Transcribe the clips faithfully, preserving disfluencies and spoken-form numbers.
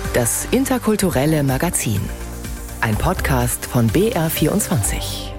Das interkulturelle Magazin. Ein Podcast von B R vierundzwanzig.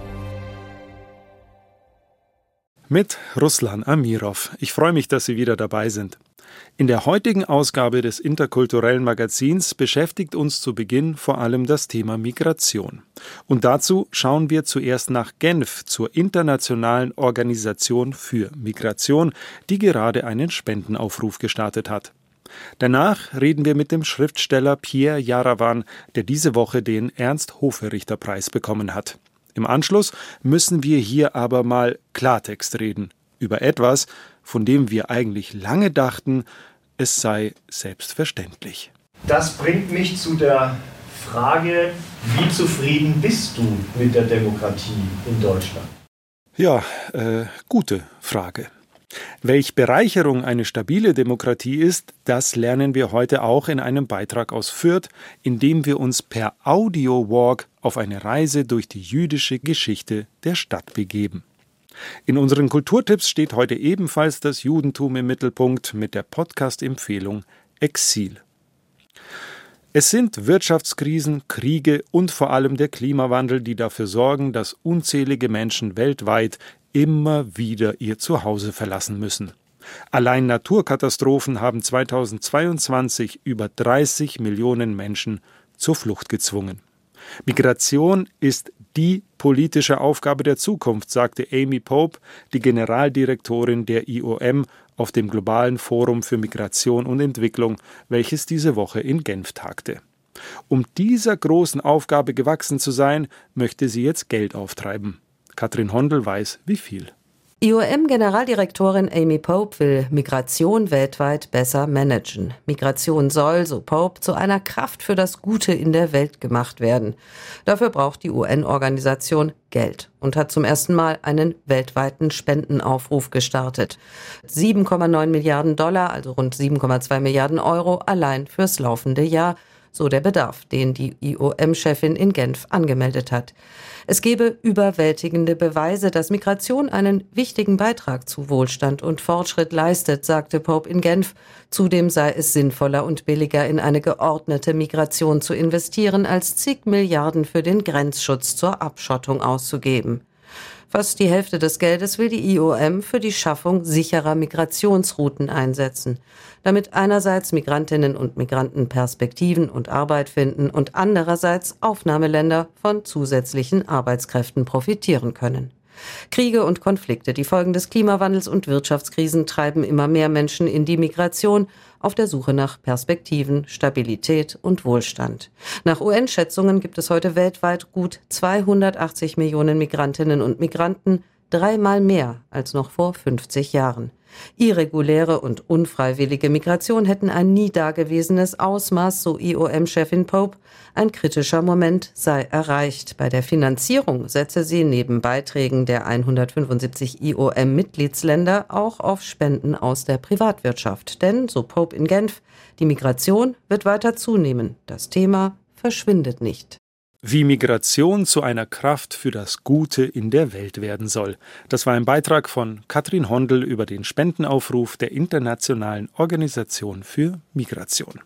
Mit Ruslan Amirov. Ich freue mich, dass Sie wieder dabei sind. In der heutigen Ausgabe des interkulturellen Magazins beschäftigt uns zu Beginn vor allem das Thema Migration. Und dazu schauen wir zuerst nach Genf zur Internationalen Organisation für Migration, die gerade einen Spendenaufruf gestartet hat. Danach reden wir mit dem Schriftsteller Pierre Jarawan, der diese Woche den Ernst-Hoferichter-Preis bekommen hat. Im Anschluss müssen wir hier aber mal Klartext reden, über etwas, von dem wir eigentlich lange dachten, es sei selbstverständlich. Das bringt mich zu der Frage, wie zufrieden bist du mit der Demokratie in Deutschland? Ja, äh, gute Frage. Welch Bereicherung eine stabile Demokratie ist, das lernen wir heute auch in einem Beitrag aus Fürth, in dem wir uns per Audio-Walk auf eine Reise durch die jüdische Geschichte der Stadt begeben. In unseren Kulturtipps steht heute ebenfalls das Judentum im Mittelpunkt mit der Podcast-Empfehlung Exil. Es sind Wirtschaftskrisen, Kriege und vor allem der Klimawandel, die dafür sorgen, dass unzählige Menschen weltweit immer wieder ihr Zuhause verlassen müssen. Allein Naturkatastrophen haben zweitausendzweiundzwanzig über dreißig Millionen Menschen zur Flucht gezwungen. Migration ist die politische Aufgabe der Zukunft, sagte Amy Pope, die Generaldirektorin der I O M, auf dem Globalen Forum für Migration und Entwicklung, welches diese Woche in Genf tagte. Um dieser großen Aufgabe gewachsen zu sein, möchte sie jetzt Geld auftreiben. Katrin Hondel weiß, wie viel. I O M-Generaldirektorin Amy Pope will Migration weltweit besser managen. Migration soll, so Pope, zu einer Kraft für das Gute in der Welt gemacht werden. Dafür braucht die U N-Organisation Geld und hat zum ersten Mal einen weltweiten Spendenaufruf gestartet. sieben Komma neun Milliarden Dollar, also rund sieben Komma zwei Milliarden Euro, allein fürs laufende Jahr. So der Bedarf, den die I O M-Chefin in Genf angemeldet hat. Es gebe überwältigende Beweise, dass Migration einen wichtigen Beitrag zu Wohlstand und Fortschritt leistet, sagte Pope in Genf. Zudem sei es sinnvoller und billiger, in eine geordnete Migration zu investieren, als zig Milliarden für den Grenzschutz zur Abschottung auszugeben. Fast die Hälfte des Geldes will die I O M für die Schaffung sicherer Migrationsrouten einsetzen, damit einerseits Migrantinnen und Migranten Perspektiven und Arbeit finden und andererseits Aufnahmeländer von zusätzlichen Arbeitskräften profitieren können. Kriege und Konflikte, die Folgen des Klimawandels und Wirtschaftskrisen treiben immer mehr Menschen in die Migration auf der Suche nach Perspektiven, Stabilität und Wohlstand. Nach U N-Schätzungen gibt es heute weltweit gut zweihundertachtzig Millionen Migrantinnen und Migranten, dreimal mehr als noch vor fünfzig Jahren. Irreguläre und unfreiwillige Migration hätten ein nie dagewesenes Ausmaß, so I O M-Chefin Pope. Ein kritischer Moment sei erreicht. Bei der Finanzierung setze sie neben Beiträgen der hundertfünfundsiebzig I O M-Mitgliedsländer auch auf Spenden aus der Privatwirtschaft. Denn, so Pope in Genf, die Migration wird weiter zunehmen. Das Thema verschwindet nicht. Wie Migration zu einer Kraft für das Gute in der Welt werden soll. Das war ein Beitrag von Katrin Hondel über den Spendenaufruf der Internationalen Organisation für Migration.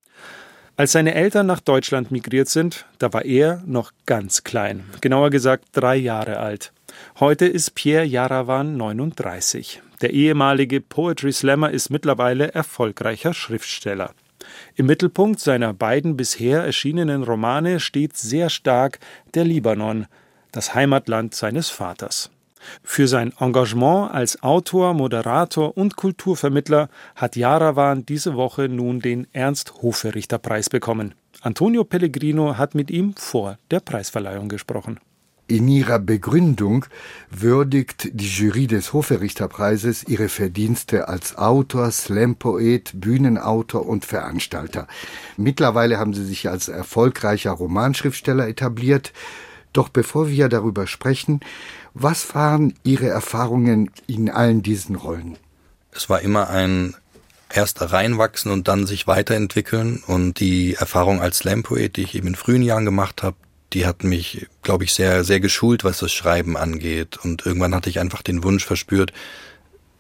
Als seine Eltern nach Deutschland migriert sind, da war er noch ganz klein, genauer gesagt drei Jahre alt. Heute ist Pierre Jarawan neununddreißig. Der ehemalige Poetry Slammer ist mittlerweile erfolgreicher Schriftsteller. Im Mittelpunkt seiner beiden bisher erschienenen Romane steht sehr stark der Libanon, das Heimatland seines Vaters. Für sein Engagement als Autor, Moderator und Kulturvermittler hat Jarawan diese Woche nun den Ernst-Hoferichter-Preis bekommen. Antonio Pellegrino hat mit ihm vor der Preisverleihung gesprochen. In ihrer Begründung würdigt die Jury des Hoferichterpreises ihre Verdienste als Autor, Slam-Poet, Bühnenautor und Veranstalter. Mittlerweile haben sie sich als erfolgreicher Romanschriftsteller etabliert. Doch bevor wir darüber sprechen, was waren Ihre Erfahrungen in allen diesen Rollen? Es war immer ein erst reinwachsen und dann sich weiterentwickeln. Und die Erfahrung als Slam-Poet, die ich eben in frühen Jahren gemacht habe, die hat mich, glaube ich, sehr, sehr geschult, was das Schreiben angeht. Und irgendwann hatte ich einfach den Wunsch verspürt,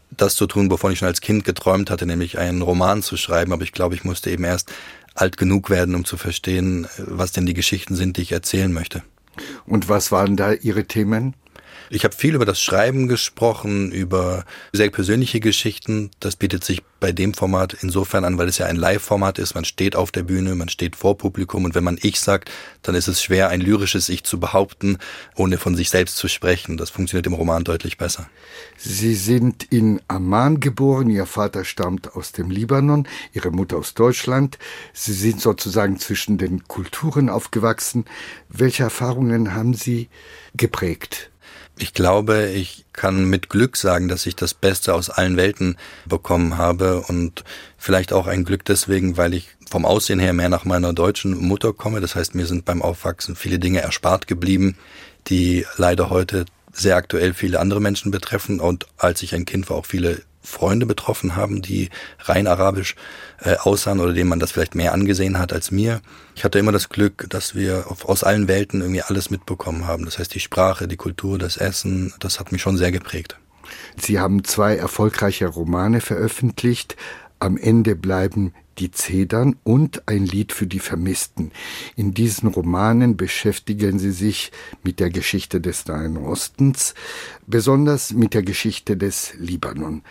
das zu tun, wovon ich schon als Kind geträumt hatte, nämlich einen Roman zu schreiben. Aber ich glaube, ich musste eben erst alt genug werden, um zu verstehen, was denn die Geschichten sind, die ich erzählen möchte. Und was waren da Ihre Themen? Ich habe viel über das Schreiben gesprochen, über sehr persönliche Geschichten. Das bietet sich bei dem Format insofern an, weil es ja ein Live-Format ist. Man steht auf der Bühne, man steht vor Publikum und wenn man Ich sagt, dann ist es schwer, ein lyrisches Ich zu behaupten, ohne von sich selbst zu sprechen. Das funktioniert im Roman deutlich besser. Sie sind in Amman geboren, Ihr Vater stammt aus dem Libanon, Ihre Mutter aus Deutschland. Sie sind sozusagen zwischen den Kulturen aufgewachsen. Welche Erfahrungen haben Sie geprägt? Ich glaube, ich kann mit Glück sagen, dass ich das Beste aus allen Welten bekommen habe und vielleicht auch ein Glück deswegen, weil ich vom Aussehen her mehr nach meiner deutschen Mutter komme. Das heißt, mir sind beim Aufwachsen viele Dinge erspart geblieben, die leider heute sehr aktuell viele andere Menschen betreffen und als ich ein Kind war auch viele Freunde betroffen haben, die rein arabisch äh, aussahen oder denen man das vielleicht mehr angesehen hat als mir. Ich hatte immer das Glück, dass wir auf, aus allen Welten irgendwie alles mitbekommen haben. Das heißt, die Sprache, die Kultur, das Essen, das hat mich schon sehr geprägt. Sie haben zwei erfolgreiche Romane veröffentlicht. Am Ende bleiben die Zedern und ein Lied für die Vermissten. In diesen Romanen beschäftigen Sie sich mit der Geschichte des Nahen Ostens, besonders mit der Geschichte des Libanon.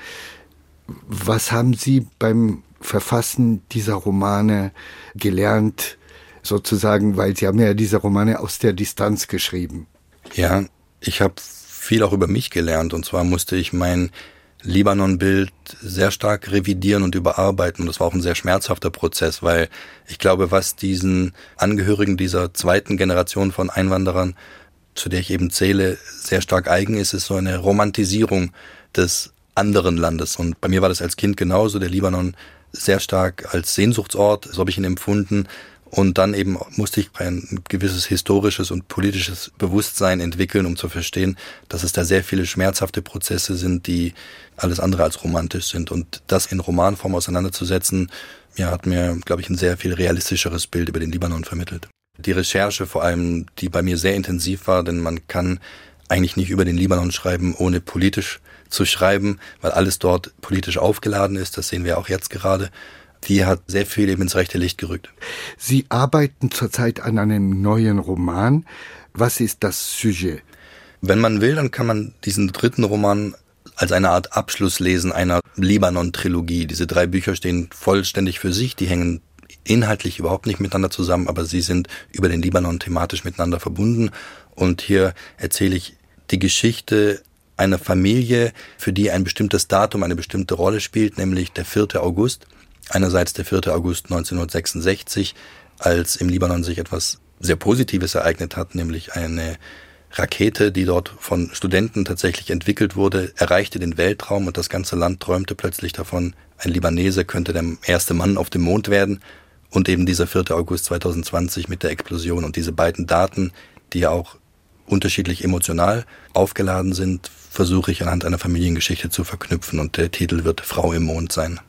Was haben Sie beim Verfassen dieser Romane gelernt, sozusagen, weil Sie haben ja diese Romane aus der Distanz geschrieben? Ja, ich habe viel auch über mich gelernt und zwar musste ich mein Libanon-Bild sehr stark revidieren und überarbeiten. Und das war auch ein sehr schmerzhafter Prozess, weil ich glaube, was diesen Angehörigen dieser zweiten Generation von Einwanderern, zu der ich eben zähle, sehr stark eigen ist, ist so eine Romantisierung des anderen Landes. Und bei mir war das als Kind genauso, der Libanon sehr stark als Sehnsuchtsort, so habe ich ihn empfunden. Und dann eben musste ich ein gewisses historisches und politisches Bewusstsein entwickeln, um zu verstehen, dass es da sehr viele schmerzhafte Prozesse sind, die alles andere als romantisch sind. Und das in Romanform auseinanderzusetzen, ja, hat mir, glaube ich, ein sehr viel realistischeres Bild über den Libanon vermittelt. Die Recherche vor allem, die bei mir sehr intensiv war, denn man kann eigentlich nicht über den Libanon schreiben, ohne politisch zu schreiben, weil alles dort politisch aufgeladen ist. Das sehen wir auch jetzt gerade. Die hat sehr viel eben ins rechte Licht gerückt. Sie arbeiten zurzeit an einem neuen Roman. Was ist das Sujet? Wenn man will, dann kann man diesen dritten Roman als eine Art Abschluss lesen einer Libanon-Trilogie. Diese drei Bücher stehen vollständig für sich, die hängen inhaltlich überhaupt nicht miteinander zusammen, aber sie sind über den Libanon thematisch miteinander verbunden. Und hier erzähle ich die Geschichte einer Familie, für die ein bestimmtes Datum eine bestimmte Rolle spielt, nämlich der vierte August. Einerseits der vierte August neunzehnhundertsechsundsechzig, als im Libanon sich etwas sehr Positives ereignet hat, nämlich eine Rakete, die dort von Studenten tatsächlich entwickelt wurde, erreichte den Weltraum und das ganze Land träumte plötzlich davon, ein Libanese könnte der erste Mann auf dem Mond werden. Und eben dieser vierte August zweitausendzwanzig mit der Explosion und diese beiden Daten, die ja auch unterschiedlich emotional aufgeladen sind, versuche ich anhand einer Familiengeschichte zu verknüpfen und der Titel wird Frau im Mond sein.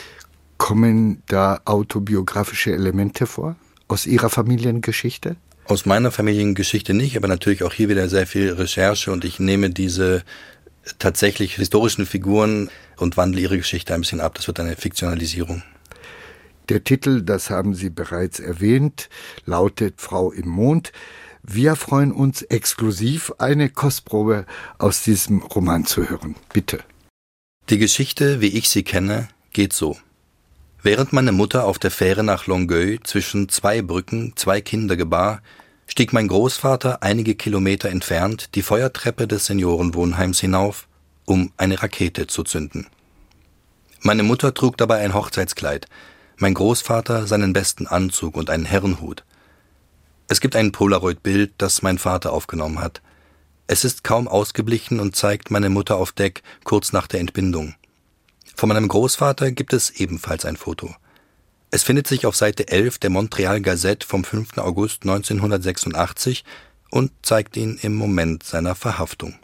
Kommen da autobiografische Elemente vor aus Ihrer Familiengeschichte? Aus meiner Familiengeschichte nicht, aber natürlich auch hier wieder sehr viel Recherche und ich nehme diese tatsächlich historischen Figuren und wandle ihre Geschichte ein bisschen ab. Das wird eine Fiktionalisierung. Der Titel, das haben Sie bereits erwähnt, lautet Frau im Mond. Wir freuen uns exklusiv, eine Kostprobe aus diesem Roman zu hören. Bitte. Die Geschichte, wie ich sie kenne, geht so. Während meine Mutter auf der Fähre nach Longueuil zwischen zwei Brücken zwei Kinder gebar, stieg mein Großvater einige Kilometer entfernt die Feuertreppe des Seniorenwohnheims hinauf, um eine Rakete zu zünden. Meine Mutter trug dabei ein Hochzeitskleid, mein Großvater seinen besten Anzug und einen Herrenhut. Es gibt ein Polaroid-Bild, das mein Vater aufgenommen hat. Es ist kaum ausgeblichen und zeigt meine Mutter auf Deck kurz nach der Entbindung. Von meinem Großvater gibt es ebenfalls ein Foto. Es findet sich auf Seite elf der Montreal Gazette vom fünften August neunzehnhundertsechsundachtzig und zeigt ihn im Moment seiner Verhaftung.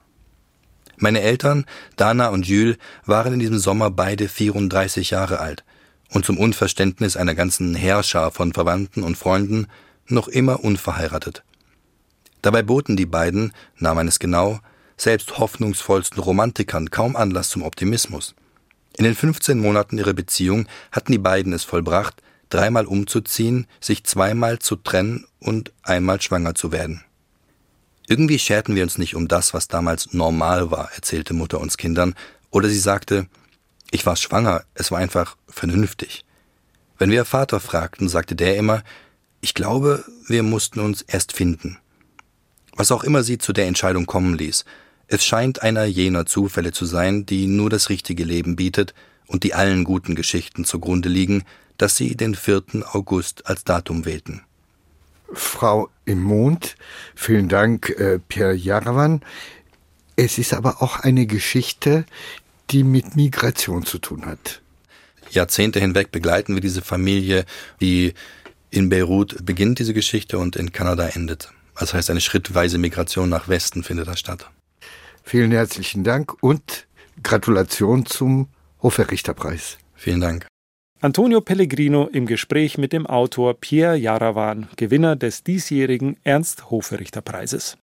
Meine Eltern, Dana und Jules, waren in diesem Sommer beide vierunddreißig Jahre alt und zum Unverständnis einer ganzen Heerschar von Verwandten und Freunden noch immer unverheiratet. Dabei boten die beiden, nahm man es genau, selbst hoffnungsvollsten Romantikern kaum Anlass zum Optimismus. In den fünfzehn Monaten ihrer Beziehung hatten die beiden es vollbracht, dreimal umzuziehen, sich zweimal zu trennen und einmal schwanger zu werden. Irgendwie scherten wir uns nicht um das, was damals normal war, erzählte Mutter uns Kindern, oder sie sagte, ich war schwanger, es war einfach vernünftig. Wenn wir Vater fragten, sagte der immer, ich glaube, wir mussten uns erst finden. Was auch immer sie zu der Entscheidung kommen ließ, es scheint einer jener Zufälle zu sein, die nur das richtige Leben bietet und die allen guten Geschichten zugrunde liegen, dass sie den vierten August als Datum wählten. Frau im Mond, vielen Dank, äh, Pierre Jarawan. Es ist aber auch eine Geschichte, die mit Migration zu tun hat. Jahrzehnte hinweg begleiten wir diese Familie, die in Beirut beginnt diese Geschichte und in Kanada endet. Das heißt, eine schrittweise Migration nach Westen findet da statt. Vielen herzlichen Dank und Gratulation zum Hofer-Richter-Preis. Vielen Dank. Antonio Pellegrino im Gespräch mit dem Autor Pierre Jarawan, Gewinner des diesjährigen Ernst-Hofer-Richter-Preises.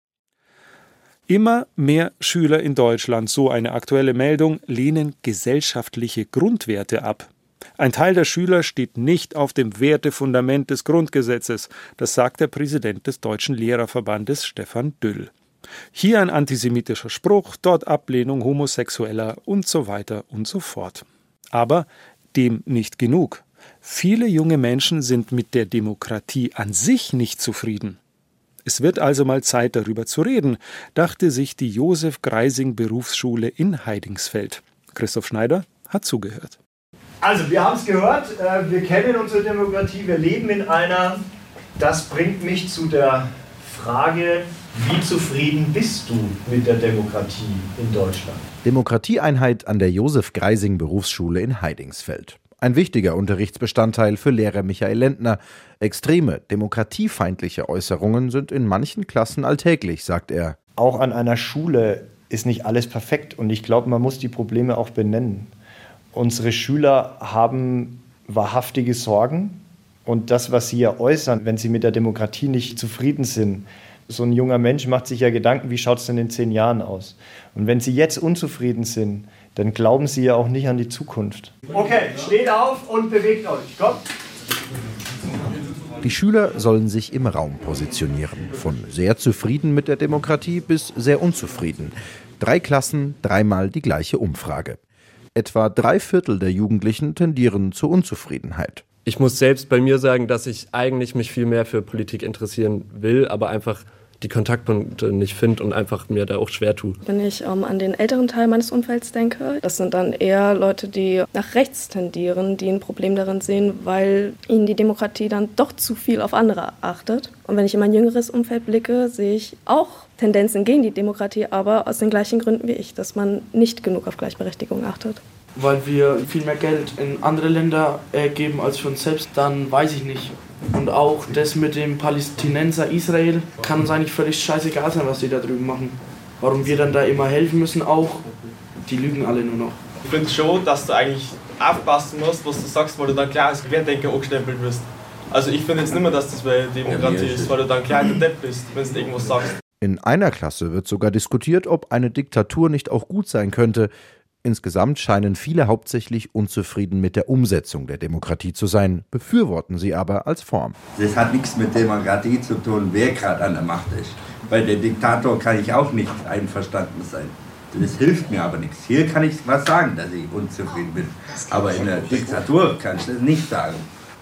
Immer mehr Schüler in Deutschland, so eine aktuelle Meldung, lehnen gesellschaftliche Grundwerte ab. Ein Teil der Schüler steht nicht auf dem Wertefundament des Grundgesetzes, das sagt der Präsident des Deutschen Lehrerverbandes Stefan Düll. Hier ein antisemitischer Spruch, dort Ablehnung Homosexueller und so weiter und so fort. Aber dem nicht genug. Viele junge Menschen sind mit der Demokratie an sich nicht zufrieden. Es wird also mal Zeit, darüber zu reden, dachte sich die Josef Greising Berufsschule in Heidingsfeld. Christoph Schneider hat zugehört. Also, wir haben es gehört, wir kennen unsere Demokratie, wir leben in einer. Das bringt mich zu der Frage, wie zufrieden bist du mit der Demokratie in Deutschland? Demokratieeinheit an der Josef Greising Berufsschule in Heidingsfeld. Ein wichtiger Unterrichtsbestandteil für Lehrer Michael Lentner. Extreme, demokratiefeindliche Äußerungen sind in manchen Klassen alltäglich, sagt er. Auch an einer Schule ist nicht alles perfekt und ich glaube, man muss die Probleme auch benennen. Unsere Schüler haben wahrhaftige Sorgen und das, was sie ja äußern, wenn sie mit der Demokratie nicht zufrieden sind. So ein junger Mensch macht sich ja Gedanken, wie schaut es denn in zehn Jahren aus? Und wenn sie jetzt unzufrieden sind, dann glauben sie ja auch nicht an die Zukunft. Okay, steht auf und bewegt euch. Kommt. Die Schüler sollen sich im Raum positionieren. Von sehr zufrieden mit der Demokratie bis sehr unzufrieden. Drei Klassen, dreimal die gleiche Umfrage. Etwa drei Viertel der Jugendlichen tendieren zur Unzufriedenheit. Ich muss selbst bei mir sagen, dass ich eigentlich mich viel mehr für Politik interessieren will, aber einfach die Kontaktpunkte nicht finde und einfach mir da auch schwer tue. Wenn ich ähm, an den älteren Teil meines Umfelds denke, das sind dann eher Leute, die nach rechts tendieren, die ein Problem darin sehen, weil ihnen die Demokratie dann doch zu viel auf andere achtet. Und wenn ich in mein jüngeres Umfeld blicke, sehe ich auch Tendenzen gegen die Demokratie, aber aus den gleichen Gründen wie ich, dass man nicht genug auf Gleichberechtigung achtet. Weil wir viel mehr Geld in andere Länder äh, geben als für uns selbst, dann weiß ich nicht. Und auch das mit dem Palästinenser Israel kann uns eigentlich völlig scheißegal sein, was die da drüben machen. Warum wir dann da immer helfen müssen auch, die lügen alle nur noch. Ich finde schon, dass du eigentlich aufpassen musst, was du sagst, weil du dann gleich als Querdenker angestempelt wirst. Also ich finde jetzt nicht mehr, dass das bei Demokratie ist, weil du dann gleich der Depp bist, wenn du irgendwas sagst. In einer Klasse wird sogar diskutiert, ob eine Diktatur nicht auch gut sein könnte. Insgesamt scheinen viele hauptsächlich unzufrieden mit der Umsetzung der Demokratie zu sein, befürworten sie aber als Form. Das hat nichts mit Demokratie zu tun, wer gerade an der Macht ist. Bei dem Diktator kann ich auch nicht einverstanden sein. Das hilft mir aber nichts. Hier kann ich was sagen, dass ich unzufrieden bin. Aber in der Diktatur kann ich das nicht sagen.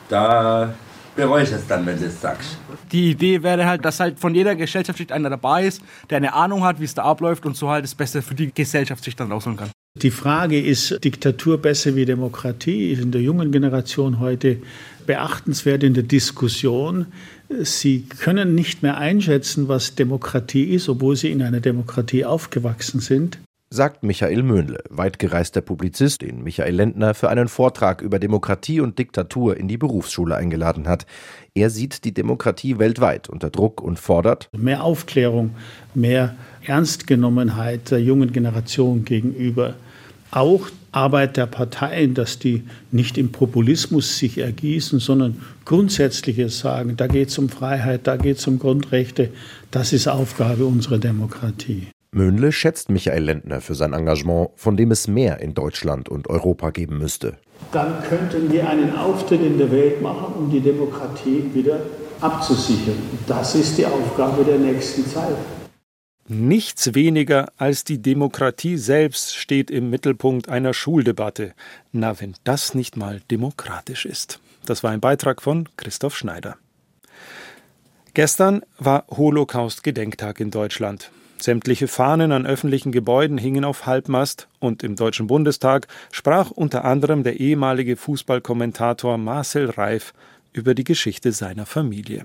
Da bereue ich es dann, wenn du es sagst. Die Idee wäre halt, dass halt von jeder Gesellschaftsschicht einer dabei ist, der eine Ahnung hat, wie es da abläuft und so halt das Beste für die Gesellschaftsschicht dann rausholen kann. Die Frage, ist Diktatur besser wie Demokratie, ist in der jungen Generation heute beachtenswert in der Diskussion. Sie können nicht mehr einschätzen, was Demokratie ist, obwohl sie in einer Demokratie aufgewachsen sind. Sagt Michael Möhnle, weitgereister Publizist, den Michael Lentner für einen Vortrag über Demokratie und Diktatur in die Berufsschule eingeladen hat. Er sieht die Demokratie weltweit unter Druck und fordert mehr Aufklärung, mehr Ernstgenommenheit der jungen Generation gegenüber. Auch Arbeit der Parteien, dass die nicht im Populismus sich ergießen, sondern Grundsätzliches sagen. Da geht es um Freiheit, da geht es um Grundrechte. Das ist Aufgabe unserer Demokratie. Möhnle schätzt Michael Lendner für sein Engagement, von dem es mehr in Deutschland und Europa geben müsste. Dann könnten wir einen Auftritt in der Welt machen, um die Demokratie wieder abzusichern. Das ist die Aufgabe der nächsten Zeit. Nichts weniger als die Demokratie selbst steht im Mittelpunkt einer Schuldebatte. Na, wenn das nicht mal demokratisch ist. Das war ein Beitrag von Christoph Schneider. Gestern war Holocaust-Gedenktag in Deutschland. Sämtliche Fahnen an öffentlichen Gebäuden hingen auf Halbmast und im Deutschen Bundestag sprach unter anderem der ehemalige Fußballkommentator Marcel Reif über die Geschichte seiner Familie.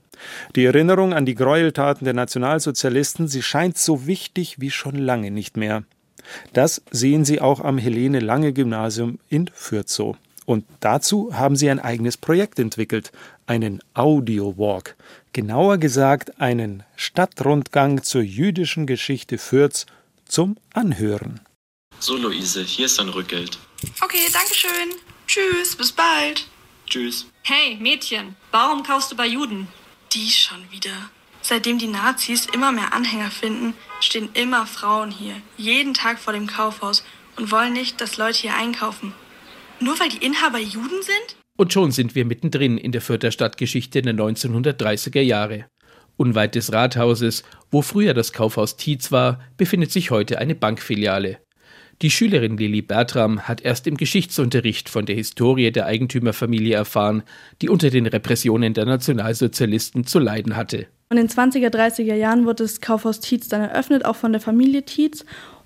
Die Erinnerung an die Gräueltaten der Nationalsozialisten, sie scheint so wichtig wie schon lange nicht mehr. Das sehen Sie auch am Helene-Lange-Gymnasium in Fürth so. Und dazu haben sie ein eigenes Projekt entwickelt, einen Audio-Walk. Genauer gesagt einen Stadtrundgang zur jüdischen Geschichte Fürths zum Anhören. So, Luise, hier ist dein Rückgeld. Okay, danke schön. Tschüss, bis bald. Tschüss. Hey, Mädchen, warum kaufst du bei Juden? Die schon wieder. Seitdem die Nazis immer mehr Anhänger finden, stehen immer Frauen hier, jeden Tag vor dem Kaufhaus und wollen nicht, dass Leute hier einkaufen. Nur weil die Inhaber Juden sind? Und schon sind wir mittendrin in der Fürther Stadtgeschichte der neunzehnhundertdreißiger Jahre. Unweit des Rathauses, wo früher das Kaufhaus Tietz war, befindet sich heute eine Bankfiliale. Die Schülerin Lilly Bertram hat erst im Geschichtsunterricht von der Historie der Eigentümerfamilie erfahren, die unter den Repressionen der Nationalsozialisten zu leiden hatte. In den zwanziger, dreißiger Jahren wurde das Kaufhaus Tietz dann eröffnet, auch von der Familie Tietz.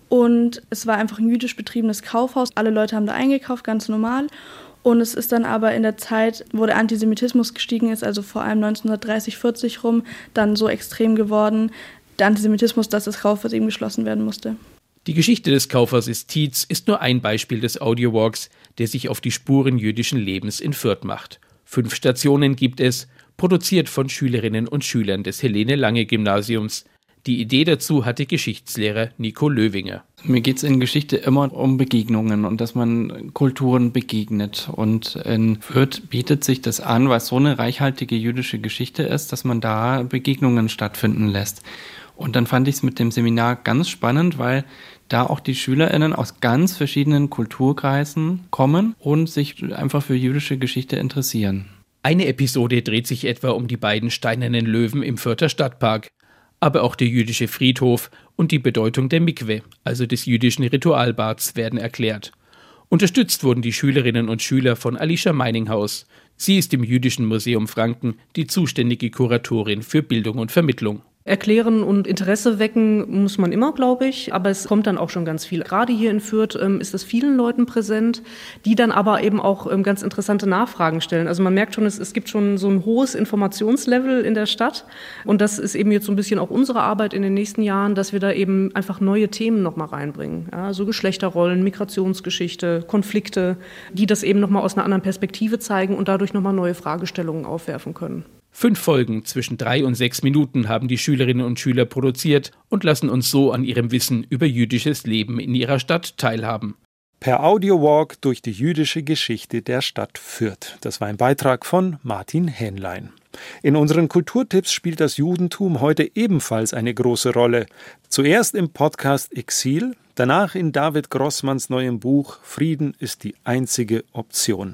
Und es war einfach ein jüdisch betriebenes Kaufhaus. Alle Leute haben da eingekauft, ganz normal. Und es ist dann aber in der Zeit, wo der Antisemitismus gestiegen ist, also vor allem neunzehnhundertdreißig, vierzig rum, dann so extrem geworden, der Antisemitismus, dass das Kaufhaus eben geschlossen werden musste. Die Geschichte des Kaufhauses Tietz ist nur ein Beispiel des Audiowalks, der sich auf die Spuren jüdischen Lebens in Fürth macht. Fünf Stationen gibt es, produziert von Schülerinnen und Schülern des Helene-Lange-Gymnasiums. Die Idee dazu hatte Geschichtslehrer Nico Löwinger. Mir geht es in Geschichte immer um Begegnungen und dass man Kulturen begegnet. Und in Fürth bietet sich das an, weil es so eine reichhaltige jüdische Geschichte ist, dass man da Begegnungen stattfinden lässt. Und dann fand ich es mit dem Seminar ganz spannend, weil da auch die SchülerInnen aus ganz verschiedenen Kulturkreisen kommen und sich einfach für jüdische Geschichte interessieren. Eine Episode dreht sich etwa um die beiden steinernen Löwen im Fürther Stadtpark. Aber auch der jüdische Friedhof und die Bedeutung der Mikwe, also des jüdischen Ritualbads, werden erklärt. Unterstützt wurden die Schülerinnen und Schüler von Alicia Meininghaus. Sie ist im Jüdischen Museum Franken die zuständige Kuratorin für Bildung und Vermittlung. Erklären und Interesse wecken muss man immer, glaube ich, aber es kommt dann auch schon ganz viel. Gerade hier in Fürth ähm, ist es vielen Leuten präsent, die dann aber eben auch ähm, ganz interessante Nachfragen stellen. Also man merkt schon, es, es gibt schon so ein hohes Informationslevel in der Stadt und das ist eben jetzt so ein bisschen auch unsere Arbeit in den nächsten Jahren, dass wir da eben einfach neue Themen nochmal reinbringen. Ja, so Geschlechterrollen, Migrationsgeschichte, Konflikte, die das eben nochmal aus einer anderen Perspektive zeigen und dadurch nochmal neue Fragestellungen aufwerfen können. Fünf Folgen zwischen drei und sechs Minuten haben die Schülerinnen und Schüler produziert und lassen uns so an ihrem Wissen über jüdisches Leben in ihrer Stadt teilhaben. Per Audiowalk durch die jüdische Geschichte der Stadt Fürth. Das war ein Beitrag von Martin Hähnlein. In unseren Kulturtipps spielt das Judentum heute ebenfalls eine große Rolle. Zuerst im Podcast Exil, danach in David Grossmanns neuem Buch Frieden ist die einzige Option.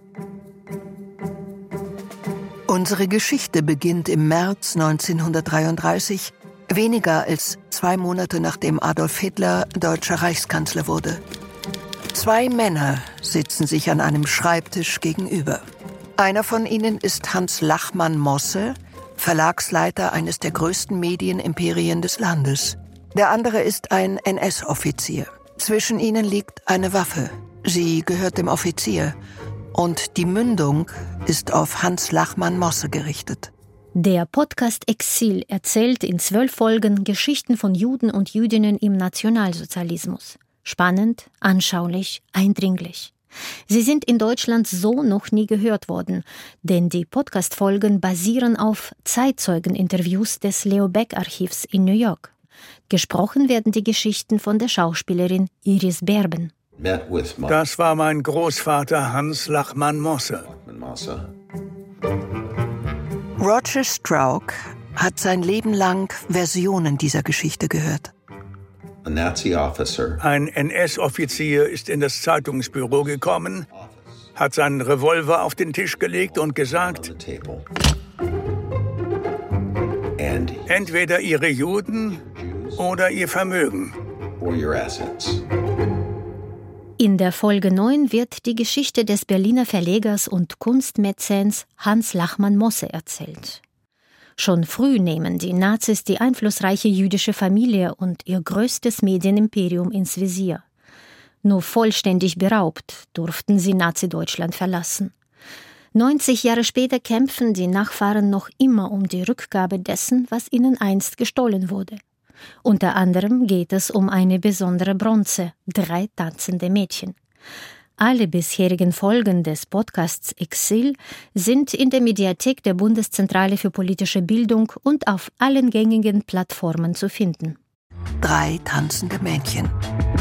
Unsere Geschichte beginnt im März neunzehnhundertdreiunddreißig, weniger als zwei Monate nachdem Adolf Hitler deutscher Reichskanzler wurde. Zwei Männer sitzen sich an einem Schreibtisch gegenüber. Einer von ihnen ist Hans Lachmann-Mosse, Verlagsleiter eines der größten Medienimperien des Landes. Der andere ist ein N S-Offizier. Zwischen ihnen liegt eine Waffe. Sie gehört dem Offizier. Und die Mündung ist auf Hans Lachmann-Mosse gerichtet. Der Podcast Exil erzählt in zwölf Folgen Geschichten von Juden und Jüdinnen im Nationalsozialismus. Spannend, anschaulich, eindringlich. Sie sind in Deutschland so noch nie gehört worden, denn die Podcast-Folgen basieren auf Zeitzeugeninterviews des Leo Baeck-Archivs in New York. Gesprochen werden die Geschichten von der Schauspielerin Iris Berben. Das war mein Großvater Hans Lachmann-Mosse. Roger Strauch hat sein Leben lang Versionen dieser Geschichte gehört. Ein N S-Offizier ist in das Zeitungsbüro gekommen, hat seinen Revolver auf den Tisch gelegt und gesagt, entweder Ihre Juden oder Ihr Vermögen. In der Folge neun wird die Geschichte des Berliner Verlegers und Kunstmäzens Hans Lachmann-Mosse erzählt. Schon früh nehmen die Nazis die einflussreiche jüdische Familie und ihr größtes Medienimperium ins Visier. Nur vollständig beraubt durften sie Nazi-Deutschland verlassen. neunzig Jahre später kämpfen die Nachfahren noch immer um die Rückgabe dessen, was ihnen einst gestohlen wurde. Unter anderem geht es um eine besondere Bronze, drei tanzende Mädchen. Alle bisherigen Folgen des Podcasts Exil sind in der Mediathek der Bundeszentrale für politische Bildung und auf allen gängigen Plattformen zu finden. Drei tanzende Mädchen.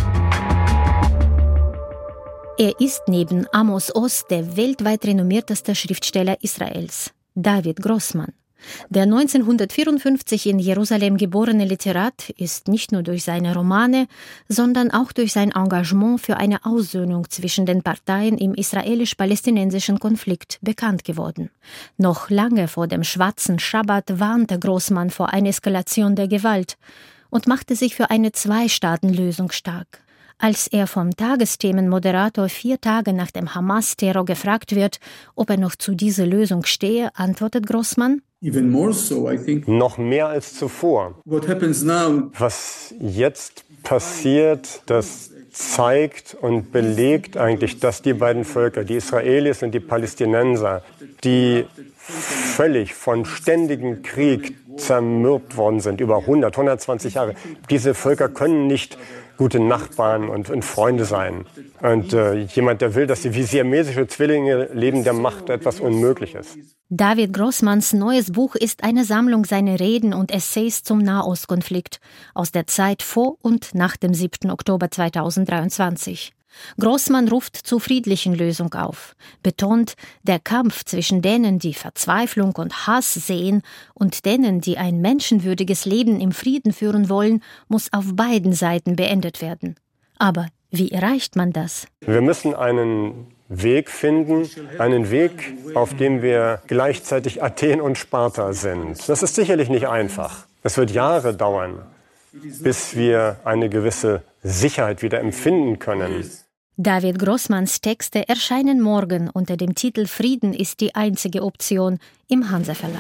Er ist neben Amos Oz der weltweit renommierteste Schriftsteller Israels, David Grossman. Der neunzehnhundertvierundfünfzig in Jerusalem geborene Literat ist nicht nur durch seine Romane, sondern auch durch sein Engagement für eine Aussöhnung zwischen den Parteien im israelisch-palästinensischen Konflikt bekannt geworden. Noch lange vor dem schwarzen Schabbat warnte Grossman vor einer Eskalation der Gewalt und machte sich für eine Zwei-Staaten-Lösung stark. Als er vom Tagesthemenmoderator vier Tage nach dem Hamas-Terror gefragt wird, ob er noch zu dieser Lösung stehe, antwortet Grossman: Even more so, I think. Noch mehr als zuvor. What happens now? Was jetzt passiert, das zeigt und belegt eigentlich, dass die beiden Völker, die Israelis und die Palästinenser, die völlig von ständigem Krieg zermürbt worden sind, über hundert, hundertzwanzig Jahre, diese Völker können nicht gute Nachbarn und, und Freunde sein. Und äh, jemand, der will, dass sie wie siamesische Zwillinge leben, der macht etwas Unmögliches. David Grossmans neues Buch ist eine Sammlung seiner Reden und Essays zum Nahostkonflikt aus der Zeit vor und nach dem siebten Oktober zweitausenddreiundzwanzig. Grossman ruft zur friedlichen Lösung auf, betont, der Kampf zwischen denen, die Verzweiflung und Hass sehen, und denen, die ein menschenwürdiges Leben im Frieden führen wollen, muss auf beiden Seiten beendet werden. Aber wie erreicht man das? Wir müssen einen Weg finden, einen Weg, auf dem wir gleichzeitig Athen und Sparta sind. Das ist sicherlich nicht einfach. Es wird Jahre dauern, bis wir eine gewisse Sicherheit wieder empfinden können. David Grossmans Texte erscheinen morgen unter dem Titel Frieden ist die einzige Option im Hansa Verlag.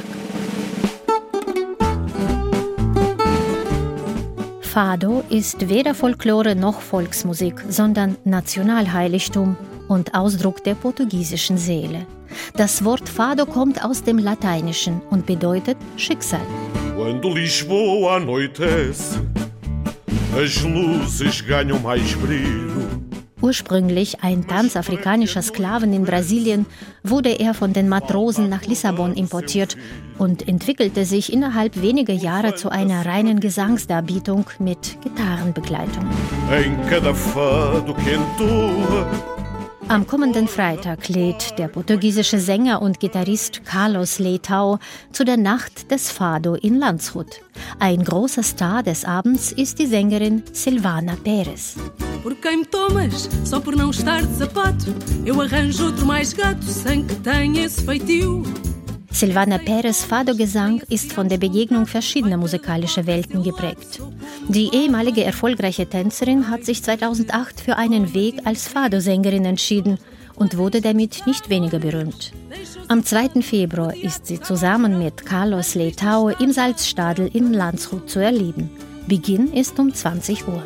Fado ist weder Folklore noch Volksmusik, sondern Nationalheiligtum und Ausdruck der portugiesischen Seele. Das Wort Fado kommt aus dem Lateinischen und bedeutet Schicksal. Quando Lisboa anoitece, as luzes ganham mais brilho. Ursprünglich ein Tanz afrikanischer Sklaven in Brasilien, wurde er von den Matrosen nach Lissabon importiert und entwickelte sich innerhalb weniger Jahre zu einer reinen Gesangsdarbietung mit Gitarrenbegleitung. Am kommenden Freitag lädt der portugiesische Sänger und Gitarrist Carlos Leitão zu der Nacht des Fado in Landshut. Ein großer Star des Abends ist die Sängerin Silvana Pérez. Por quem me tomas, só por não estar de sapato, eu arranjo outro mais gato, sem que tenha esse feitio. Silvana Pérez' Fado-Gesang ist von der Begegnung verschiedener musikalischer Welten geprägt. Die ehemalige erfolgreiche Tänzerin hat sich zweitausendacht für einen Weg als Fado-Sängerin entschieden und wurde damit nicht weniger berühmt. Am zweiten Februar ist sie zusammen mit Carlos Leitão im Salzstadel in Landshut zu erleben. Beginn ist um zwanzig Uhr.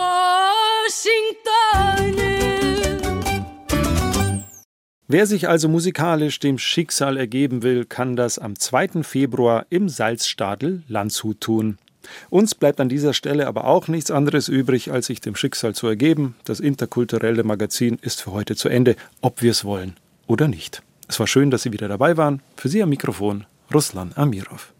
Wer sich also musikalisch dem Schicksal ergeben will, kann das am zweiten Februar im Salzstadel Landshut tun. Uns bleibt an dieser Stelle aber auch nichts anderes übrig, als sich dem Schicksal zu ergeben. Das interkulturelle Magazin ist für heute zu Ende, ob wir es wollen oder nicht. Es war schön, dass Sie wieder dabei waren. Für Sie am Mikrofon Ruslan Amirov.